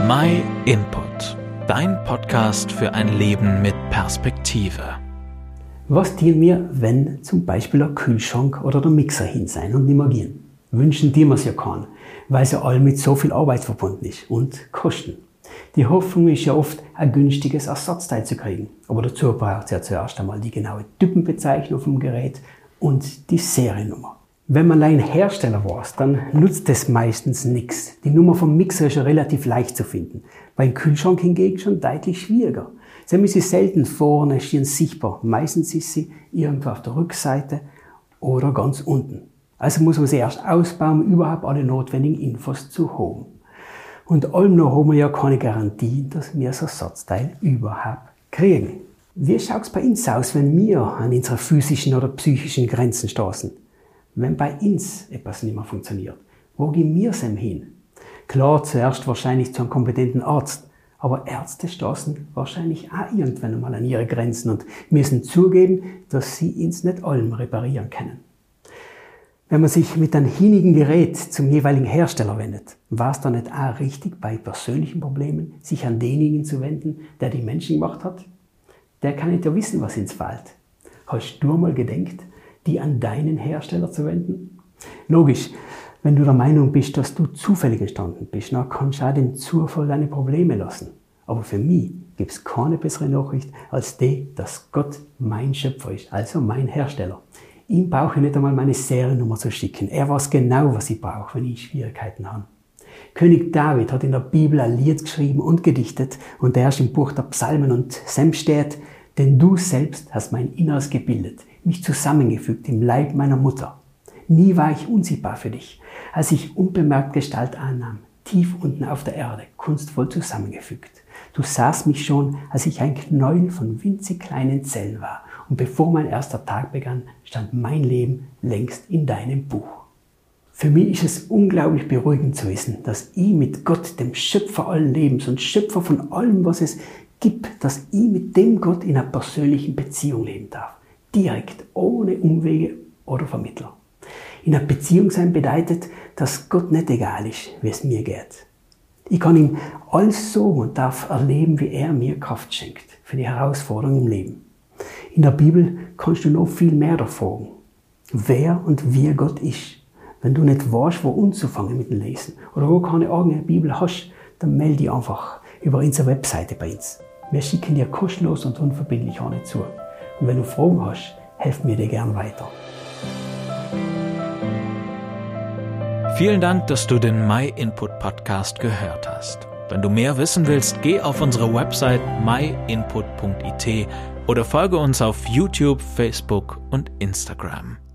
My Input, dein Podcast für ein Leben mit Perspektive. Was tun wir, wenn zum Beispiel der Kühlschrank oder der Mixer hin sein und nicht mehr gehen? Wünschen die wir es ja kann, weil es ja all mit so viel Arbeit verbunden ist und Kosten. Die Hoffnung ist ja oft, ein günstiges Ersatzteil zu kriegen. Aber dazu braucht es ja zuerst einmal die genaue Typenbezeichnung vom Gerät und die Seriennummer. Wenn man allein Hersteller weiß, dann nutzt es meistens nichts. Die Nummer vom Mixer ist ja relativ leicht zu finden. Beim Kühlschrank hingegen schon deutlich schwieriger. Sie ist selten vorne schier sichtbar. Meistens ist sie irgendwo auf der Rückseite oder ganz unten. Also muss man sie erst ausbauen, um überhaupt alle notwendigen Infos zu haben. Und allem noch haben wir ja keine Garantie, dass wir das Ersatzteil überhaupt kriegen. Wie schaut es bei uns aus, wenn wir an unsere physischen oder psychischen Grenzen stoßen? Wenn bei uns etwas nicht mehr funktioniert, wo gehen wir denn hin? Klar, zuerst wahrscheinlich zu einem kompetenten Arzt, aber Ärzte stoßen wahrscheinlich auch irgendwann einmal an ihre Grenzen und müssen zugeben, dass sie uns nicht allem reparieren können. Wenn man sich mit einem hienigen Gerät zum jeweiligen Hersteller wendet, war es dann nicht auch richtig, bei persönlichen Problemen sich an denjenigen zu wenden, der die Menschen gemacht hat? Der kann nicht ja wissen, was ins fällt. Hast du mal gedacht, die an deinen Hersteller zu wenden? Logisch, wenn du der Meinung bist, dass du zufällig entstanden bist, dann kannst du auch den Zufall deine Probleme lassen. Aber für mich gibt es keine bessere Nachricht als die, dass Gott mein Schöpfer ist, also mein Hersteller. Ihm brauche ich nicht einmal meine Seriennummer zu schicken. Er weiß genau, was ich brauche, wenn ich Schwierigkeiten habe. König David hat in der Bibel ein Lied geschrieben und gedichtet und der ist im Buch der Psalmen und Sem steht: Denn du selbst hast mein Inneres gebildet, mich zusammengefügt im Leib meiner Mutter. Nie war ich unsichtbar für dich, als ich unbemerkt Gestalt annahm, tief unten auf der Erde, kunstvoll zusammengefügt. Du sahst mich schon, als ich ein Knäuel von winzig kleinen Zellen war, und bevor mein erster Tag begann, stand mein Leben längst in deinem Buch. Für mich ist es unglaublich beruhigend zu wissen, dass ich mit Gott, dem Schöpfer allen Lebens und Schöpfer von allem, was es gibt, dass ich mit dem Gott in einer persönlichen Beziehung leben darf. Direkt, ohne Umwege oder Vermittler. In einer Beziehung sein bedeutet, dass Gott nicht egal ist, wie es mir geht. Ich kann ihm alles sagen und darf erleben, wie er mir Kraft schenkt für die Herausforderungen im Leben. In der Bibel kannst du noch viel mehr erfahren, wer und wie Gott ist. Wenn du nicht weißt, wo anzufangen mit dem Lesen oder wo keine eigene Bibel hast, dann melde dich einfach über unsere Webseite bei uns. Wir schicken dir kostenlos und unverbindlich eine zu. Und wenn du Fragen hast, helfen wir dir gern weiter. Vielen Dank, dass du den My Input Podcast gehört hast. Wenn du mehr wissen willst, geh auf unsere Website myinput.it oder folge uns auf YouTube, Facebook und Instagram.